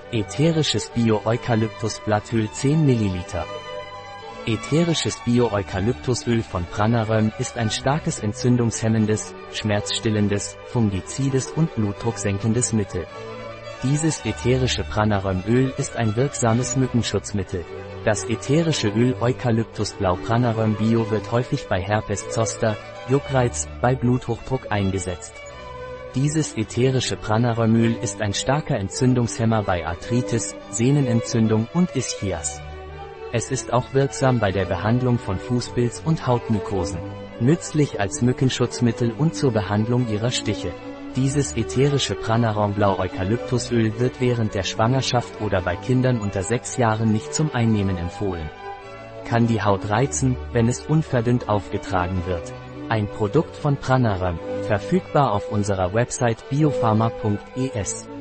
Ätherisches Bio-Eukalyptus-Blattöl 10 ml. Ätherisches Bio-Eukalyptusöl von Pranaröm ist ein starkes entzündungshemmendes, schmerzstillendes, fungizides und blutdrucksenkendes Mittel. Dieses ätherische Pranarömöl ist ein wirksames Mückenschutzmittel. Das ätherische Öl Eukalyptus Blau Pranaröm Bio wird häufig bei Herpes zoster, Juckreiz, bei Bluthochdruck eingesetzt. Dieses ätherische Pranarömöl ist ein starker Entzündungshemmer bei Arthritis, Sehnenentzündung und Ischias. Es ist auch wirksam bei der Behandlung von Fußpilz und Hautmykosen. Nützlich als Mückenschutzmittel und zur Behandlung ihrer Stiche. Dieses ätherische Pranaröm Blau Eukalyptusöl wird während der Schwangerschaft oder bei Kindern unter 6 Jahren nicht zum Einnehmen empfohlen. Kann die Haut reizen, wenn es unverdünnt aufgetragen wird. Ein Produkt von Pranaröm, verfügbar auf unserer Website biopharma.es.